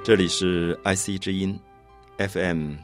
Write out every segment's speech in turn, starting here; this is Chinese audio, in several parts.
这里是 IC 之音 FM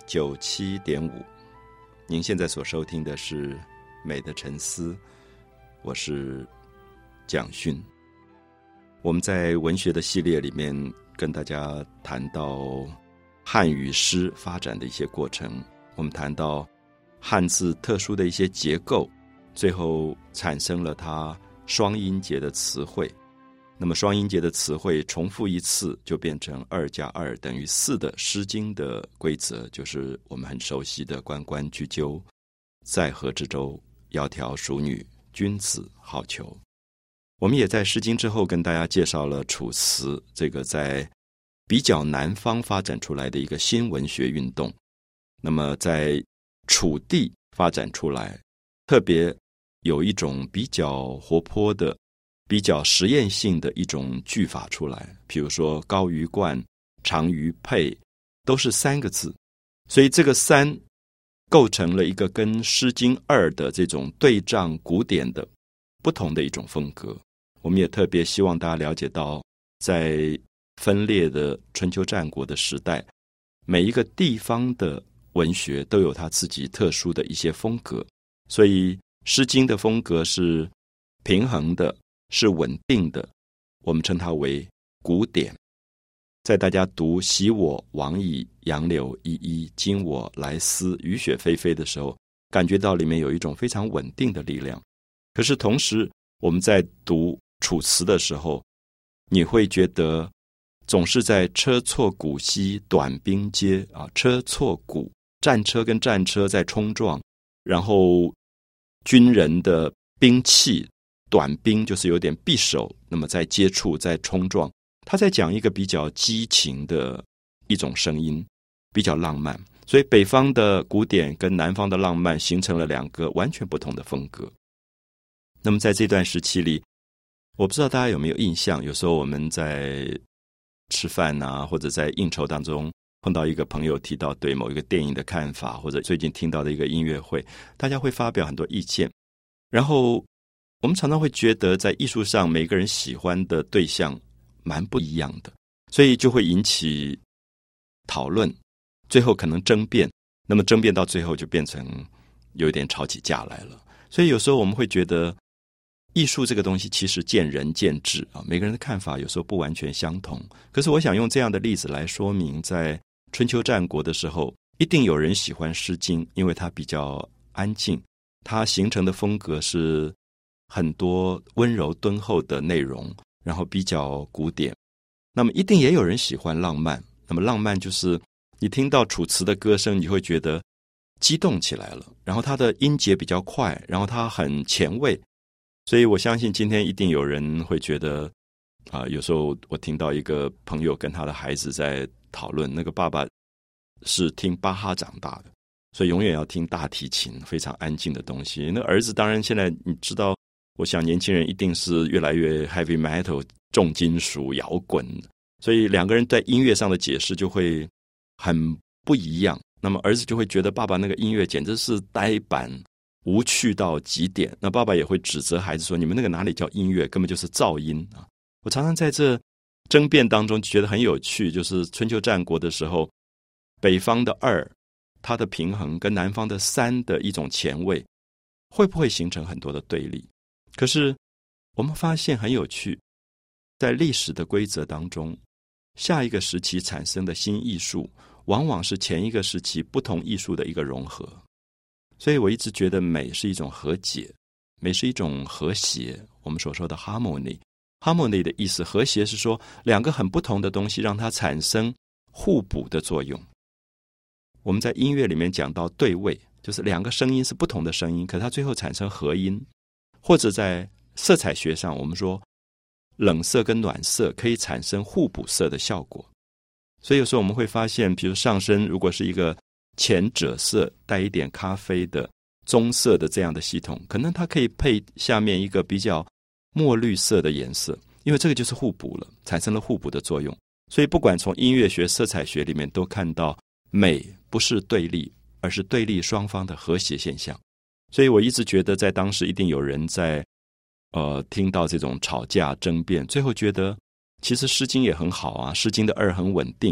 97.5，您现在所收听的是美的沉思，我是蒋勋。我们在文学的系列里面跟大家谈到汉语诗发展的一些过程，我们谈到汉字特殊的一些结构，最后产生了它双音节的词汇。那么双音节的词汇重复一次就变成2加2等于4的诗经的规则，就是我们很熟悉的关关雎鸠，在河之洲，窈窕淑女，君子好逑。我们也在诗经之后跟大家介绍了楚辞，这个在比较南方发展出来的一个新文学运动。那么在楚地发展出来，特别有一种比较活泼的比较实验性的一种句法出来，比如说高于冠，长于佩，都是3个字，所以这个3构成了一个跟诗经2的这种对仗古典的不同的一种风格。我们也特别希望大家了解到，在分裂的春秋战国的时代，每一个地方的文学都有它自己特殊的一些风格，所以诗经的风格是平衡的，是稳定的，我们称它为古典。在大家读昔我往矣，杨柳依依，今我来思，雨雪霏霏的时候，感觉到里面有一种非常稳定的力量。可是同时我们在读楚辞的时候，你会觉得总是在车错鼓兮短兵接车错鼓，战车跟战车在冲撞，然后军人的兵器短兵就是有点匕首，那么在接触在冲撞，他在讲一个比较激情的一种声音，比较浪漫。所以北方的古典跟南方的浪漫形成了2个完全不同的风格。那么在这段时期里，我不知道大家有没有印象，有时候我们在吃饭啊，或者在应酬当中碰到一个朋友提到对某一个电影的看法，或者最近听到的一个音乐会，大家会发表很多意见，然后我们常常会觉得在艺术上每个人喜欢的对象蛮不一样的，所以就会引起讨论，最后可能争辩，那么争辩到最后就变成有一点吵起架来了。所以有时候我们会觉得艺术这个东西其实见仁见智每个人的看法有时候不完全相同。可是我想用这样的例子来说明，在春秋战国的时候，一定有人喜欢诗经，因为它比较安静，它形成的风格是很多温柔敦厚的内容，然后比较古典。那么一定也有人喜欢浪漫，那么浪漫就是你听到楚辞的歌声，你会觉得激动起来了，然后它的音节比较快，然后它很前卫。所以我相信今天一定有人会觉得有时候我听到一个朋友跟他的孩子在讨论，那个爸爸是听巴哈长大的，所以永远要听大提琴，非常安静的东西。那儿子当然现在你知道，我想年轻人一定是越来越 heavy metal 重金属摇滚，所以2个人在音乐上的解释就会很不一样。那么儿子就会觉得爸爸那个音乐简直是呆板无趣到极点，那爸爸也会指责孩子说，你们那个哪里叫音乐，根本就是噪音我常常在这争辩当中觉得很有趣，就是春秋战国的时候，北方的2它的平衡跟南方的3的一种前卫，会不会形成很多的对立？可是我们发现很有趣，在历史的规则当中，下一个时期产生的新艺术往往是前一个时期不同艺术的一个融合。所以我一直觉得美是一种和解，美是一种和谐，我们所说的 harmony 的意思，和谐是说2个很不同的东西让它产生互补的作用。我们在音乐里面讲到对位，就是2个声音是不同的声音，可它最后产生合音。或者在色彩学上，我们说冷色跟暖色可以产生互补色的效果。所以有时候我们会发现，比如上身如果是一个浅赭色带一点咖啡的棕色的这样的系统，可能它可以配下面一个比较墨绿色的颜色，因为这个就是互补了，产生了互补的作用。所以不管从音乐学色彩学里面都看到，美不是对立，而是对立双方的和谐现象。所以我一直觉得在当时一定有人在听到这种吵架争辩，最后觉得其实诗经也很好诗经的2很稳定，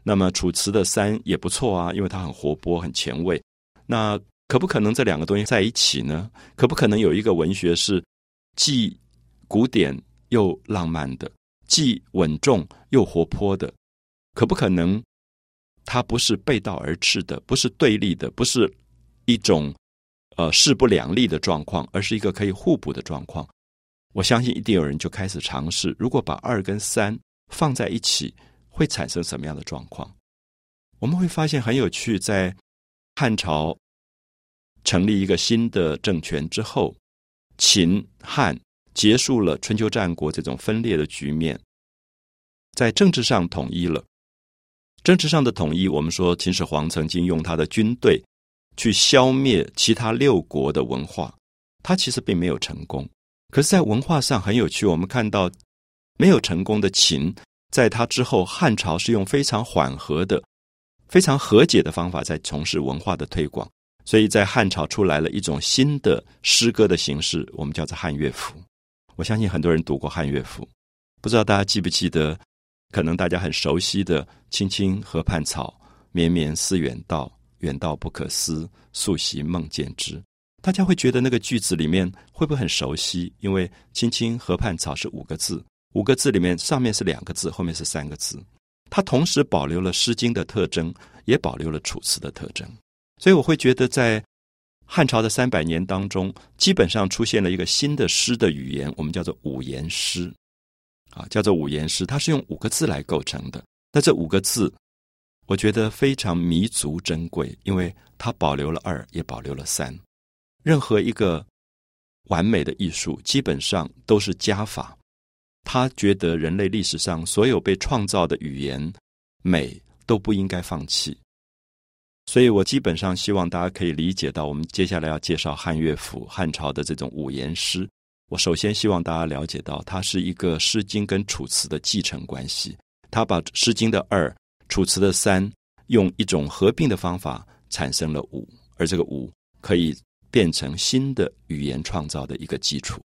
那么楚辞的三也不错啊，因为它很活泼很前卫。那可不可能这两个东西在一起呢？可不可能有一个文学是既古典又浪漫的，既稳重又活泼的？可不可能它不是背道而驰的，不是对立的，不是一种势不两立的状况，而是一个可以互补的状况？我相信一定有人就开始尝试，如果把2跟3放在一起，会产生什么样的状况？我们会发现很有趣，在汉朝成立一个新的政权之后，秦汉结束了春秋战国这种分裂的局面，在政治上统一了。政治上的统一，我们说秦始皇曾经用他的军队去消灭其他6国的文化，他其实并没有成功。可是在文化上很有趣，我们看到没有成功的秦，在他之后汉朝是用非常缓和的非常和解的方法在从事文化的推广，所以在汉朝出来了一种新的诗歌的形式，我们叫做汉乐府。我相信很多人读过汉乐府，不知道大家记不记得，可能大家很熟悉的青青河畔草，绵绵思远道，远道不可思，素习梦见之。大家会觉得那个句子里面会不会很熟悉？因为青青河畔草是5个字，5个字里面上面是2个字，后面是3个字，它同时保留了诗经的特征，也保留了楚辞的特征。所以我会觉得在汉朝的300年当中，基本上出现了一个新的诗的语言，我们叫做五言诗叫做五言诗，它是用5个字来构成的。那这5个字我觉得非常弥足珍贵，因为它保留了2，也保留了3。任何一个完美的艺术基本上都是加法，他觉得人类历史上所有被创造的语言美都不应该放弃。所以我基本上希望大家可以理解到，我们接下来要介绍汉乐府，汉朝的这种五言诗，我首先希望大家了解到，它是一个诗经跟楚辞的继承关系，它把诗经的2、楚辞的3用一种合并的方法产生了5，而这个5可以变成新的语言创造的一个基础。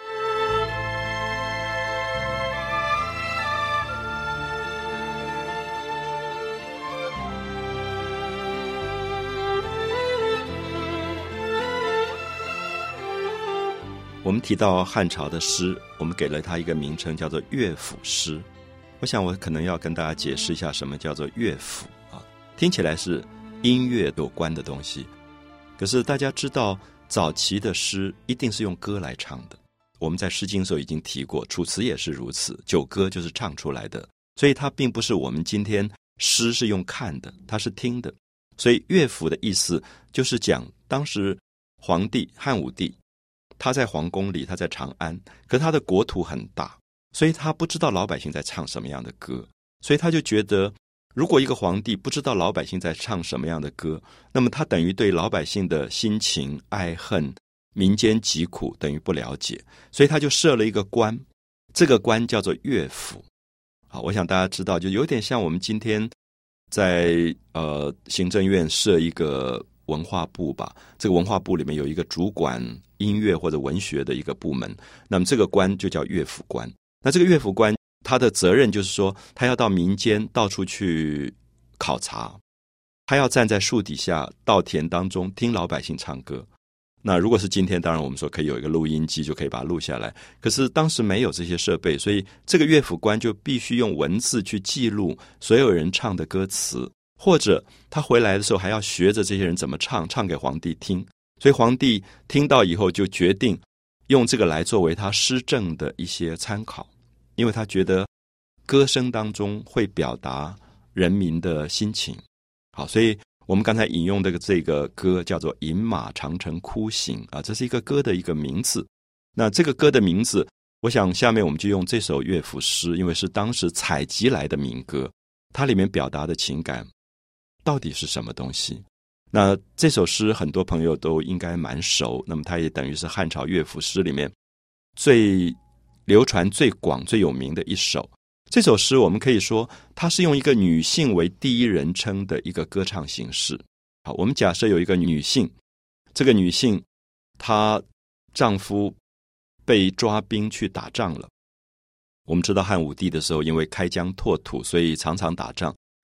我们提到汉朝的诗，我们给了它一个名称叫做乐府诗。我想我可能要跟大家解释一下什么叫做乐府听起来是音乐有关的东西，可是大家知道早期的诗一定是用歌来唱的。我们在诗经的时候已经提过，楚辞也是如此，九歌就是唱出来的，所以它并不是我们今天诗是用看的，它是听的。所以乐府的意思就是讲当时皇帝汉武帝，他在皇宫里，他在长安，可他的国土很大，所以他不知道老百姓在唱什么样的歌，所以他就觉得如果一个皇帝不知道老百姓在唱什么样的歌，那么他等于对老百姓的心情、爱恨、民间疾苦等于不了解，所以他就设了一个官，这个官叫做乐府。好，我想大家知道，就有点像我们今天在行政院设一个文化部吧，这个文化部里面有一个主管音乐或者文学的一个部门，那么这个官就叫乐府官。那这个乐府官他的责任就是说，他要到民间到处去考察，他要站在树底下稻田当中听老百姓唱歌。那如果是今天，当然我们说可以有一个录音机就可以把它录下来，可是当时没有这些设备，所以这个乐府官就必须用文字去记录所有人唱的歌词，或者他回来的时候还要学着这些人怎么唱，唱给皇帝听。所以皇帝听到以后就决定用这个来作为他施政的一些参考，因为他觉得歌声当中会表达人民的心情。好，所以我们刚才引用的这个歌叫做《饮马长城哭行》这是一个歌的一个名字。那这个歌的名字，我想下面我们就用这首乐府诗，因为是当时采集来的民歌，它里面表达的情感到底是什么东西？那这首诗很多朋友都应该蛮熟，那么它也等于是汉朝乐府诗里面最流传最广最有名的一首。这首诗我们可以说它是用一个女性为第一人称的一个歌唱形式。好，我们假设有一个女性，这个女性她丈夫被抓兵去打仗了。我们知道汉武帝的时候因为开疆拓土，所以常常打仗，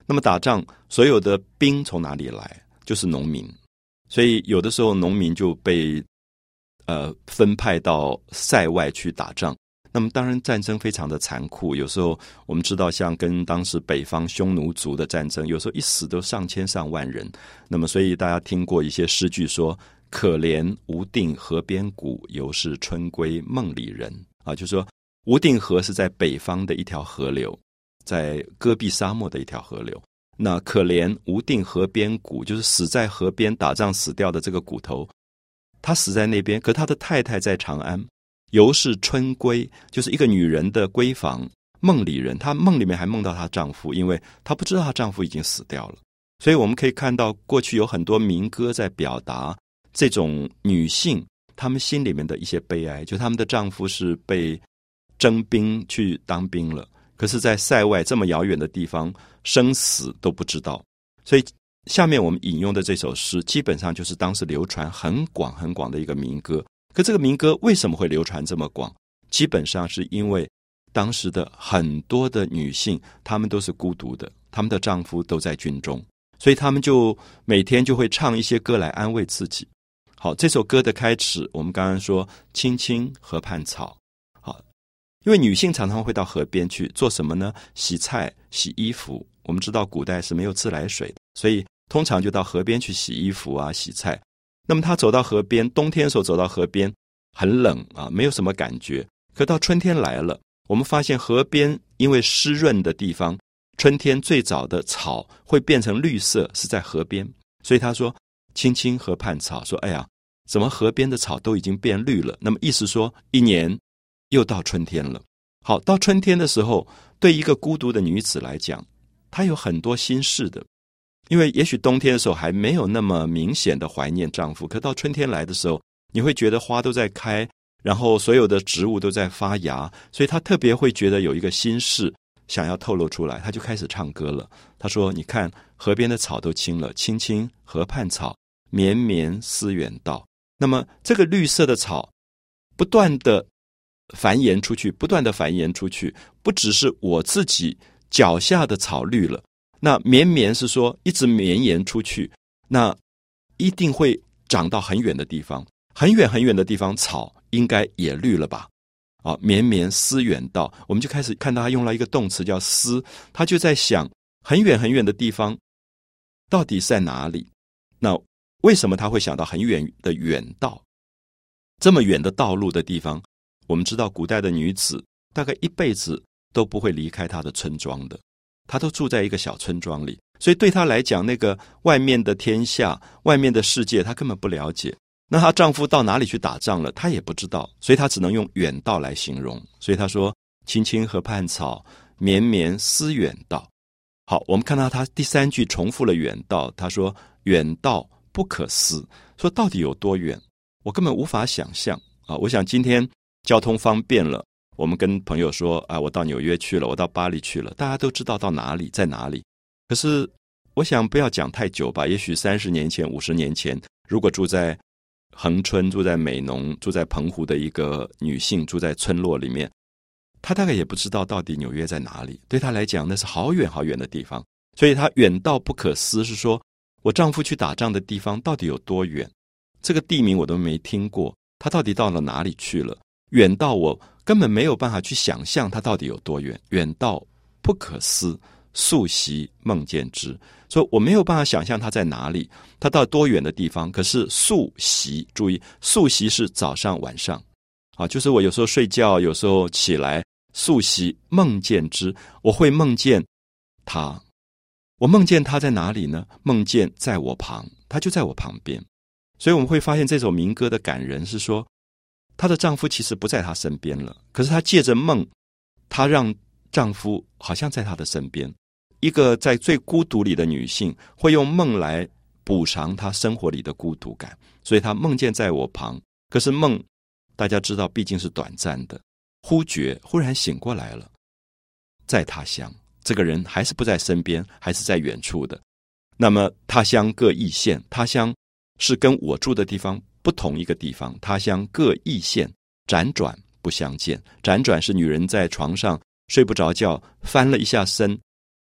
那么打仗，所有的兵从哪里来？就是农民。所以有的时候农民就被分派到塞外去打仗。那么当然战争非常的残酷，有时候我们知道像跟当时北方匈奴族的战争，有时候一死都上千上万人。那么所以大家听过一些诗句说，可怜无定河边骨，犹是春归梦里人。就是说无定河是在北方的一条河流，在戈壁沙漠的一条河流。那可怜无定河边骨，就是死在河边打仗死掉的这个骨头，他死在那边，可他的太太在长安。犹是春归，就是一个女人的闺房，梦里人，她梦里面还梦到她丈夫，因为她不知道她丈夫已经死掉了。所以我们可以看到过去有很多民歌在表达这种女性她们心里面的一些悲哀，就她们的丈夫是被征兵去当兵了，可是在塞外这么遥远的地方，生死都不知道。所以下面我们引用的这首诗基本上就是当时流传很广很广的一个民歌。可这个民歌为什么会流传这么广？基本上是因为当时的很多的女性，她们都是孤独的，她们的丈夫都在军中，所以她们就每天就会唱一些歌来安慰自己。好，这首歌的开始我们刚刚说青青河畔草。好，因为女性常常会到河边去做什么呢？洗菜洗衣服。我们知道古代是没有自来水的，所以通常就到河边去洗衣服啊洗菜。那么他走到河边，冬天的时候走到河边很冷没有什么感觉。可到春天来了，我们发现河边因为湿润的地方，春天最早的草会变成绿色，是在河边。所以他说青青河畔草，说哎呀，怎么河边的草都已经变绿了？那么意思说一年又到春天了。好，到春天的时候，对一个孤独的女子来讲，她有很多心事的。因为也许冬天的时候还没有那么明显的怀念丈夫，可到春天来的时候，你会觉得花都在开，然后所有的植物都在发芽，所以她特别会觉得有一个心事想要透露出来，她就开始唱歌了。她说你看河边的草都青了，青青河畔草，绵绵思远道。那么这个绿色的草不断的繁衍出去，不断的繁衍出去，不只是我自己脚下的草绿了，那绵绵是说一直绵延出去，那一定会长到很远的地方，很远很远的地方草应该也绿了吧。绵绵思远道，我们就开始看到他用了一个动词叫思，他就在想很远很远的地方到底在哪里。那为什么他会想到很远的远道？这么远的道路的地方，我们知道古代的女子大概一辈子都不会离开她的村庄的，她都住在一个小村庄里，所以对她来讲，那个外面的天下，外面的世界她根本不了解。那她丈夫到哪里去打仗了，她也不知道，所以她只能用远道来形容。所以她说青青河畔草，绵绵思远道。好，我们看到她第三句重复了远道，她说远道不可思，说到底有多远，我根本无法想象我想今天交通方便了，我们跟朋友说我到纽约去了，我到巴黎去了，大家都知道到哪里在哪里。可是我想不要讲太久吧，也许30年前50年前，如果住在恒春，住在美浓，住在澎湖的一个女性住在村落里面，她大概也不知道到底纽约在哪里，对她来讲那是好远好远的地方。所以她远道不可思，是说我丈夫去打仗的地方到底有多远，这个地名我都没听过，他到底到了哪里去了，远到我根本没有办法去想象他到底有多远，远到不可思，宿昔梦见之。所以我没有办法想象他在哪里，他到多远的地方。可是宿昔，注意宿昔是早上晚上就是我有时候睡觉，有时候起来，宿昔梦见之，我会梦见他。我梦见他在哪里呢？梦见在我旁，他就在我旁边。所以我们会发现这首民歌的感人是说，她的丈夫其实不在她身边了，可是她借着梦，她让丈夫好像在她的身边。一个在最孤独里的女性会用梦来补偿她生活里的孤独感，所以她梦见在我旁。可是梦大家知道毕竟是短暂的，忽觉忽然醒过来了，在他乡，这个人还是不在身边，还是在远处的。那么他乡各异县，他乡是跟我住的地方不同一个地方，他乡各异县，辗转不相见。辗转是女人在床上睡不着觉，翻了一下身，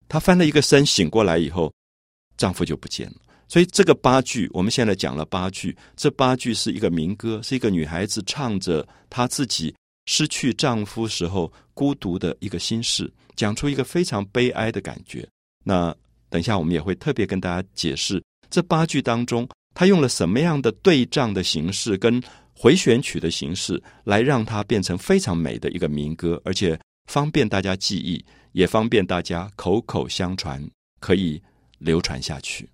她翻了一个身，醒过来以后，丈夫就不见了。所以这个八句，我们现在讲了八句，这八句是一个民歌，是一个女孩子唱着她自己失去丈夫时候孤独的一个心事，讲出一个非常悲哀的感觉。那等一下我们也会特别跟大家解释这八句当中她用了什么样的对仗的形式跟回旋曲的形式，来让它变成非常美的一个民歌，而且方便大家记忆，也方便大家口口相传，可以流传下去。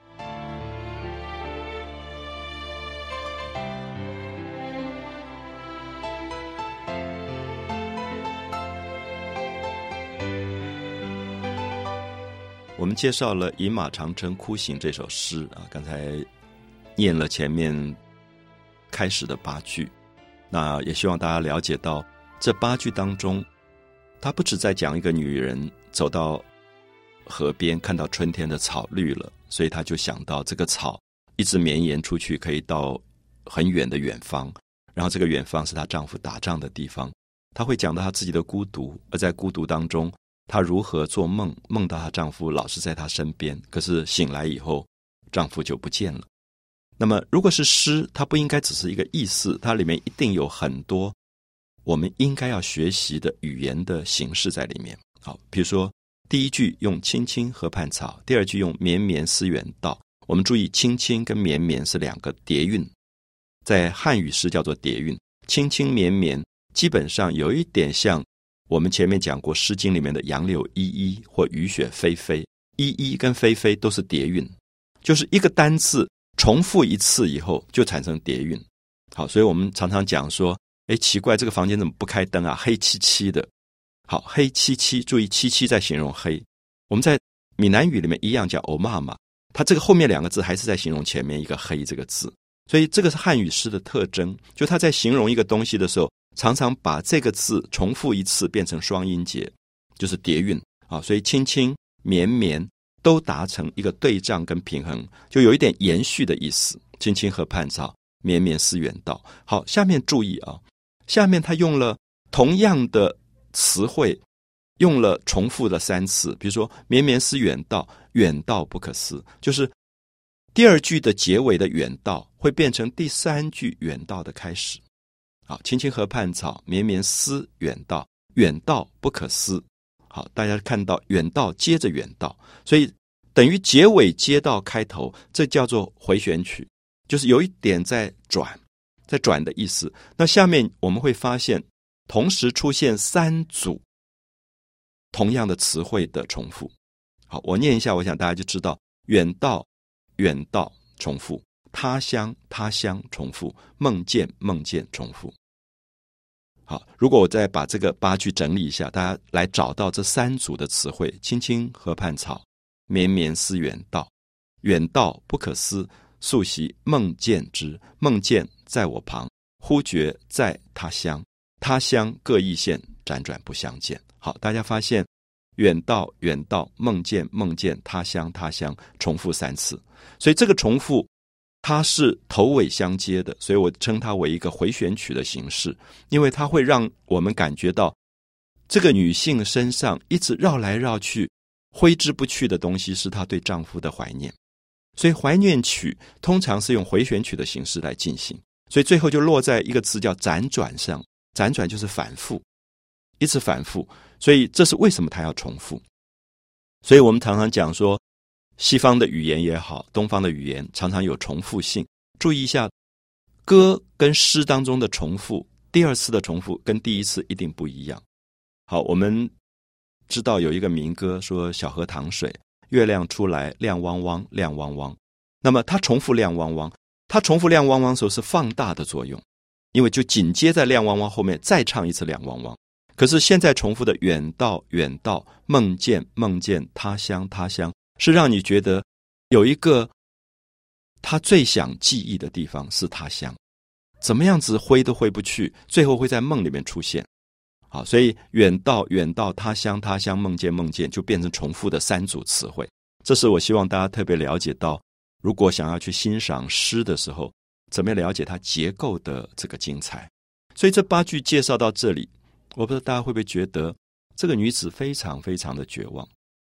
我们介绍了《饮马长征哭行》这首诗啊，刚才念了前面开始的八句，那也希望大家了解到这八句当中，它不只在讲一个女人走到河边看到春天的草绿了，所以她就想到这个草一直绵延出去，可以到很远的远方，然后这个远方是她丈夫打仗的地方。她会讲到她自己的孤独，而在孤独当中她如何做梦，梦到她丈夫老是在她身边，可是醒来以后丈夫就不见了。那么如果是诗，它不应该只是一个意思，它里面一定有很多我们应该要学习的语言的形式在里面。好，比如说第一句用青青河畔草，第二句用绵绵思远道。我们注意青青跟绵绵是两个叠韵，在汉语诗叫做叠韵。青青绵绵基本上有一点像我们前面讲过诗经里面的杨柳依依或雨雪霏霏，依依跟霏霏都是叠韵，就是一个单字重复一次以后就产生叠韵。好，所以我们常常讲说，奇怪，这个房间怎么不开灯啊，黑漆漆的。好，黑漆漆，注意漆漆在形容黑。我们在闽南语里面一样讲欧妈妈，它这个后面两个字还是在形容前面一个黑这个字。所以这个是汉语诗的特征，就它在形容一个东西的时候，常常把这个字重复一次变成双音节，就是叠韵啊。所以青青绵绵都达成一个对仗跟平衡，就有一点延续的意思。青青河畔草，绵绵思远道。好，下面注意啊，下面他用了同样的词汇，用了重复的3次。比如说绵绵思远道，远道不可思，就是第二句的结尾的远道会变成第3句远道的开始。好，青青河畔草，绵绵思远道，远道不可思。好，大家看到远道接着远道，所以等于结尾接到开头，这叫做回旋曲，就是有一点在转的意思。那下面我们会发现同时出现3组同样的词汇的重复。好，我念一下，我想大家就知道，远道远道重复，他乡他乡重复，梦见梦见重复。好，如果我再把这个8句整理一下，大家来找到这3组的词汇：青青河畔草，绵绵思远道，远道不可思，宿昔梦见之，梦见在我旁，忽觉在他乡，他乡各异县，辗转不相见。好，大家发现远道远道，梦见梦见，他乡他乡，重复3次。所以这个重复它是头尾相接的，所以我称它为一个回旋曲的形式，因为它会让我们感觉到这个女性身上一直绕来绕去挥之不去的东西是她对丈夫的怀念。所以怀念曲通常是用回旋曲的形式来进行，所以最后就落在一个词叫辗转上。辗转就是反复，一直反复，所以这是为什么它要重复。所以我们常常讲说西方的语言也好，东方的语言常常有重复性。注意一下，歌跟诗当中的重复，第2次的重复跟第1次一定不一样。好，我们知道有一个民歌说小河淌水，月亮出来亮汪汪亮汪汪。那么它重复亮汪汪，它重复亮汪汪的时候是放大的作用，因为就紧接在亮汪汪后面再唱一次亮汪汪。可是现在重复的远道远道，梦见梦见，他乡他乡，是让你觉得有一个他最想记忆的地方是他乡，怎么样子挥都挥不去，最后会在梦里面出现。好，所以远道远道，他乡他乡，梦见梦见，就变成重复的3组词汇。这是我希望大家特别了解到，如果想要去欣赏诗的时候，怎么样了解它结构的这个精彩。所以这8句介绍到这里，我不知道大家会不会觉得这个女子非常非常的绝望。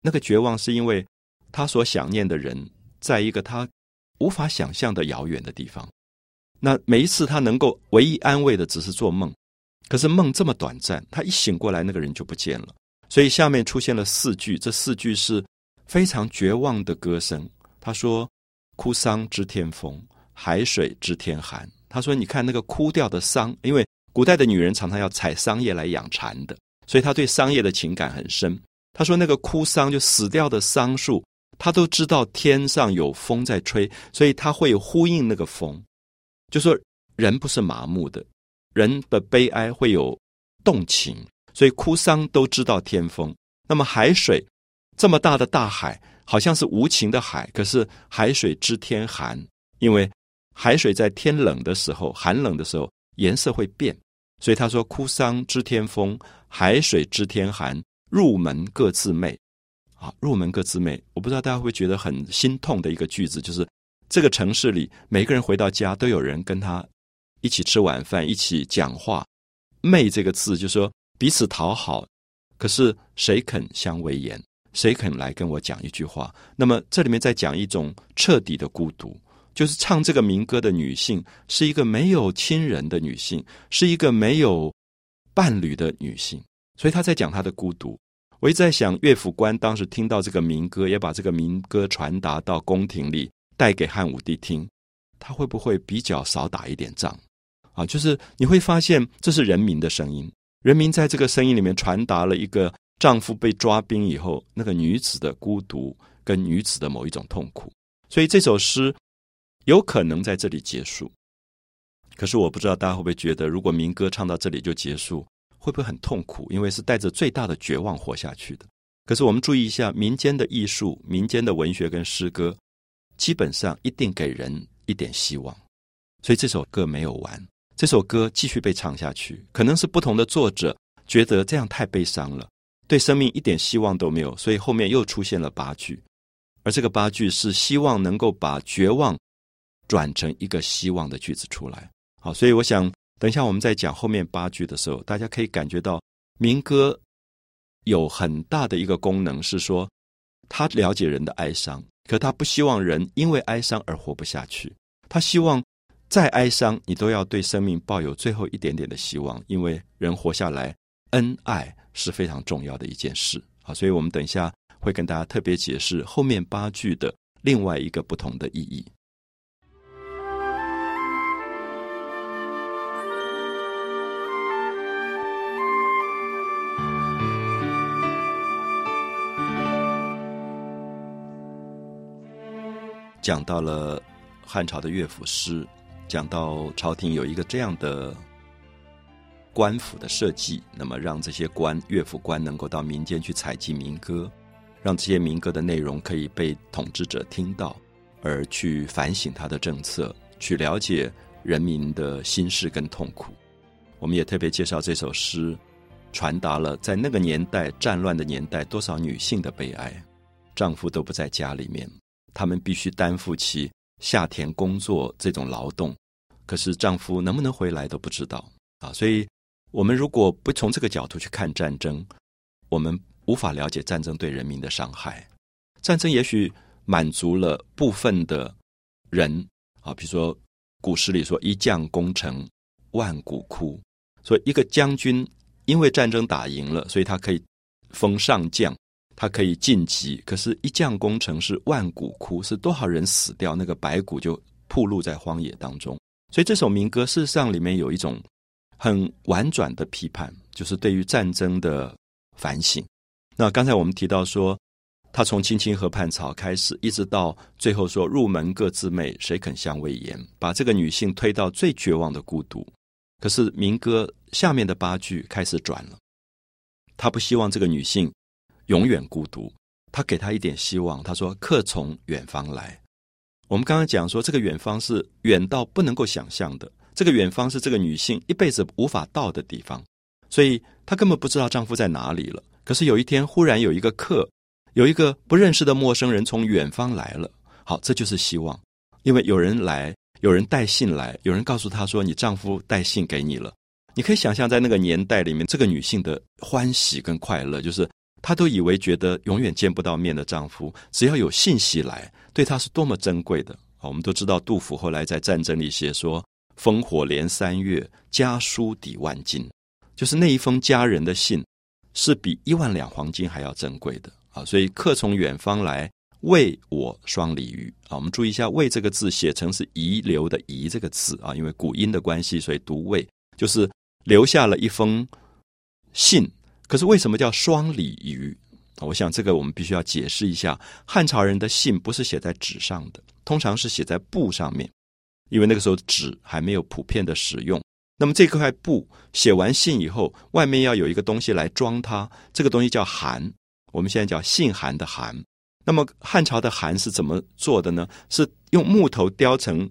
那个绝望是因为他所想念的人在一个他无法想象的遥远的地方。那每一次他能够唯一安慰的只是做梦，可是梦这么短暂，他一醒过来那个人就不见了。所以下面出现了4句，这4句是非常绝望的歌声。他说哭丧知天风，海水知天寒。他说你看那个枯掉的桑，因为古代的女人常常要采桑叶来养蚕的，所以他对桑叶的情感很深。他说那个枯桑，就死掉的桑树，他都知道天上有风在吹，所以他会呼应那个风。就说人不是麻木的，人的悲哀会有动情，所以哭丧都知道天风。那么海水，这么大的大海，好像是无情的海，可是海水知天寒，因为海水在天冷的时候，寒冷的时候颜色会变，所以他说哭丧知天风，海水知天寒，入门各自媚。入门各自媚，我不知道大家会不会觉得很心痛的一个句子，就是这个城市里每个人回到家都有人跟他一起吃晚饭，一起讲话。媚这个字就是说彼此讨好，可是谁肯相为言，谁肯来跟我讲一句话。那么这里面在讲一种彻底的孤独，就是唱这个民歌的女性是一个没有亲人的女性，是一个没有伴侣的女性，所以她在讲她的孤独。我一直在想，乐府官当时听到这个民歌，也把这个民歌传达到宫廷里，带给汉武帝听，他会不会比较少打一点仗就是你会发现这是人民的声音，人民在这个声音里面传达了一个丈夫被抓兵以后那个女子的孤独跟女子的某一种痛苦。所以这首诗有可能在这里结束，可是我不知道大家会不会觉得，如果民歌唱到这里就结束，会不会很痛苦？因为是带着最大的绝望活下去的。可是我们注意一下，民间的艺术、民间的文学跟诗歌基本上一定给人一点希望，所以这首歌没有完，这首歌继续被唱下去。可能是不同的作者觉得这样太悲伤了，对生命一点希望都没有，所以后面又出现了8句，而这个8句是希望能够把绝望转成一个希望的句子出来。好，所以我想等一下我们在讲后面8句的时候，大家可以感觉到民歌有很大的一个功能，是说他了解人的哀伤，可他不希望人因为哀伤而活不下去，他希望再哀伤你都要对生命抱有最后一点点的希望，因为人活下来恩爱是非常重要的一件事。好，所以我们等一下会跟大家特别解释后面8句的另外一个不同的意义。讲到了汉朝的乐府诗，讲到朝廷有一个这样的官府的设计，那么让这些乐府官能够到民间去采集民歌，让这些民歌的内容可以被统治者听到，而去反省他的政策，去了解人民的心事跟痛苦。我们也特别介绍这首诗传达了在那个年代战乱的年代多少女性的悲哀，丈夫都不在家里面，他们必须担负起下田工作这种劳动，可是丈夫能不能回来都不知道所以我们如果不从这个角度去看战争，我们无法了解战争对人民的伤害。战争也许满足了部分的人比如说古诗里说一将功成万骨枯，所以一个将军因为战争打赢了，所以他可以封上将，他可以晋级，可是一将功成是万骨枯，是多少人死掉，那个白骨就暴露在荒野当中。所以这首民歌事实上里面有一种很婉转的批判，就是对于战争的反省。那刚才我们提到说他从青青河畔草开始，一直到最后说入门各自媚，谁肯相为言，把这个女性推到最绝望的孤独。可是民歌下面的8句开始转了，他不希望这个女性永远孤独，他给她一点希望。他说客从远方来，我们刚刚讲说这个远方是远到不能够想象的，这个远方是这个女性一辈子无法到的地方，所以她根本不知道丈夫在哪里了。可是有一天忽然有一个客，有一个不认识的陌生人从远方来了，好，这就是希望。因为有人来，有人带信来，有人告诉她说你丈夫带信给你了。你可以想象在那个年代里面这个女性的欢喜跟快乐，就是她都以为觉得永远见不到面的丈夫，只要有信息来，对她是多么珍贵的。我们都知道杜甫后来在战争里写说，烽火连3月，家书抵万金，就是那一封家人的信是比1万两黄金还要珍贵的。所以客从远方来，为我双鲤鱼。我们注意一下，为这个字写成是遗留的遗这个字，因为古音的关系，所以读为，就是留下了一封信。可是为什么叫双鲤鱼？我想这个我们必须要解释一下。汉朝人的信不是写在纸上的，通常是写在布上面，因为那个时候纸还没有普遍的使用。那么这块布写完信以后，外面要有一个东西来装它，这个东西叫函，我们现在叫信函的函。那么汉朝的函是怎么做的呢？是用木头雕成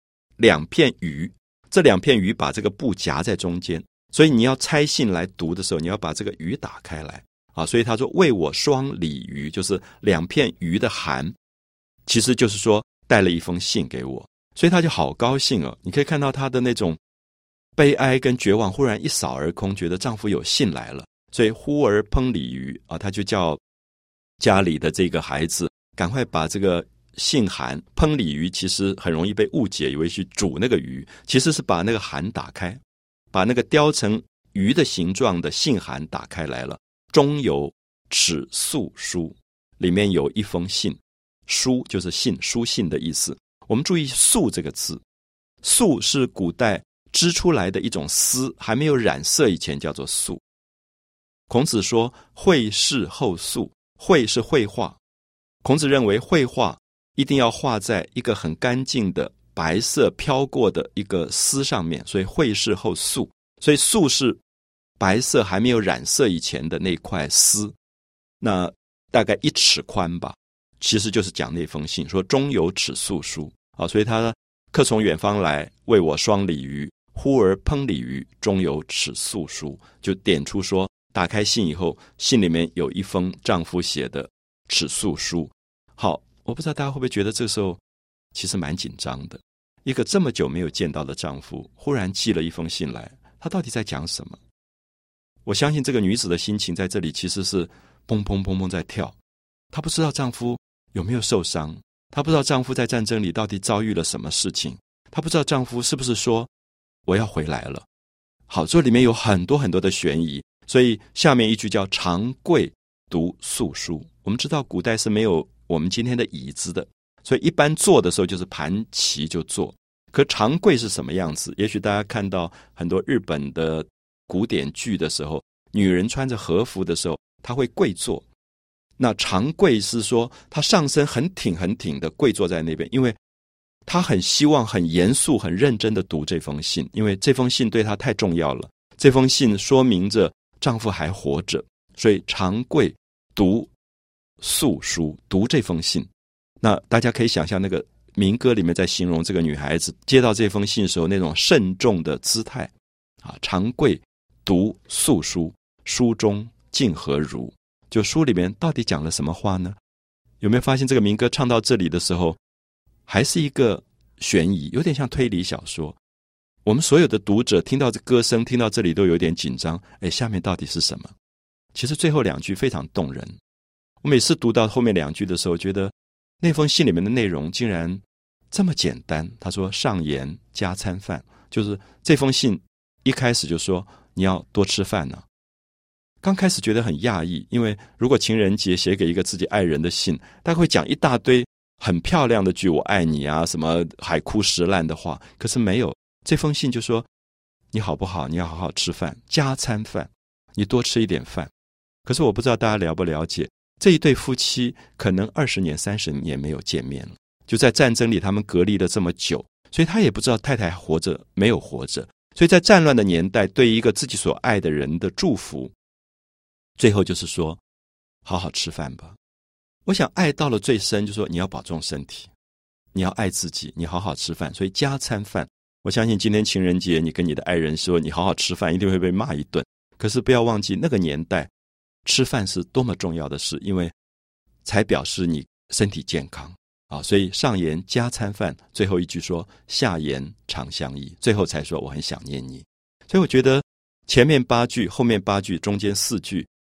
2片鱼，这2片鱼把这个布夹在中间，所以你要拆信来读的时候，你要把这个鱼打开来。所以他说为我双鲤鱼，就是2片鱼的函，其实就是说带了一封信给我。所以他就好高兴哦，你可以看到他的那种悲哀跟绝望忽然一扫而空，觉得丈夫有信来了。所以忽而烹鲤鱼，他就叫家里的这个孩子赶快把这个信函，烹鲤鱼其实很容易被误解，以为去煮那个鱼，其实是把那个函打开，把那个雕成鱼的形状的信函打开来了。中有尺素书，里面有一封信，书就是信，书信的意思。我们注意素这个字，素是古代织出来的一种丝，还没有染色以前叫做素。孔子说绘事后素，绘是绘画，孔子认为绘画一定要画在一个很干净的白色飘过的一个丝上面，所以绘事后素。所以素是白色还没有染色以前的那块丝，那大概1尺宽吧，其实就是讲那封信，说中有尺素书。所以他客从远方来，为我双鲤鱼，忽而烹鲤鱼，中有尺素书，就点出说打开信以后，信里面有一封丈夫写的尺素书。好，我不知道大家会不会觉得这时候其实蛮紧张的，一个这么久没有见到的丈夫忽然寄了一封信来，他到底在讲什么？我相信这个女子的心情在这里其实是砰砰砰砰在跳，她不知道丈夫有没有受伤，她不知道丈夫在战争里到底遭遇了什么事情，她不知道丈夫是不是说我要回来了。好，这里面有很多很多的悬疑，所以下面一句叫长跪读素书。我们知道古代是没有我们今天的椅子的，所以一般坐的时候就是盘旗就坐。可长跪是什么样子？也许大家看到很多日本的古典剧的时候，女人穿着和服的时候她会跪坐，那长跪是说她上身很挺很挺的跪坐在那边，因为她很希望很严肃很认真的读这封信，因为这封信对她太重要了，这封信说明着丈夫还活着，所以长跪读素书，读这封信。那大家可以想象那个民歌里面在形容这个女孩子接到这封信的时候那种慎重的姿态。长跪读素书，书中竟何如？就书里面到底讲了什么话呢？有没有发现这个民歌唱到这里的时候还是一个悬疑，有点像推理小说。我们所有的读者听到这歌声，听到这里都有点紧张，下面到底是什么？其实最后2句非常动人。我每次读到后面2句的时候，觉得那封信里面的内容竟然这么简单。他说上言加餐饭，就是这封信一开始就说你要多吃饭呢。刚开始觉得很讶异，因为如果情人节写给一个自己爱人的信，大概会讲一大堆很漂亮的句我爱你啊，什么海枯石烂的话，可是没有，这封信就说你好不好，你要好好吃饭，加餐饭，你多吃一点饭。可是我不知道大家了不了解，这一对夫妻可能20年30年没有见面了，就在战争里他们隔离了这么久，所以他也不知道太太活着没有活着。所以在战乱的年代，对于一个自己所爱的人的祝福，最后就是说好好吃饭吧。我想爱到了最深，就是说你要保重身体，你要爱自己，你好好吃饭，所以加餐饭。我相信今天情人节你跟你的爱人说你好好吃饭，一定会被骂一顿，可是不要忘记那个年代吃饭是多么重要的事，因为才表示你身体健康所以上言加餐饭，最后一句说下言长相忆，最后才说我很想念你。所以我觉得前面8句后面8句中间4句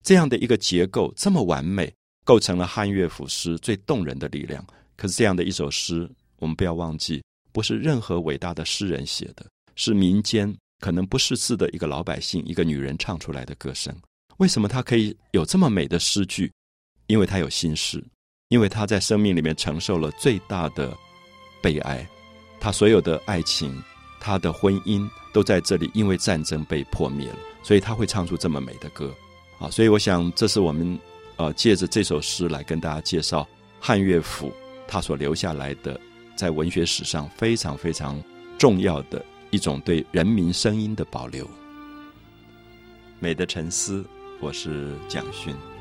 这样的一个结构这么完美，构成了汉乐府诗最动人的力量。可是这样的一首诗，我们不要忘记，不是任何伟大的诗人写的，是民间可能不识字的一个老百姓，一个女人唱出来的歌声。为什么她可以有这么美的诗句？因为她有心事，因为她在生命里面承受了最大的悲哀，她所有的爱情，她的婚姻都在这里因为战争被破灭了，所以她会唱出这么美的歌。所以我想这是我们借着这首诗来跟大家介绍汉乐府它所留下来的在文学史上非常非常重要的一种对人民声音的保留。美的沉思，我是蒋勋。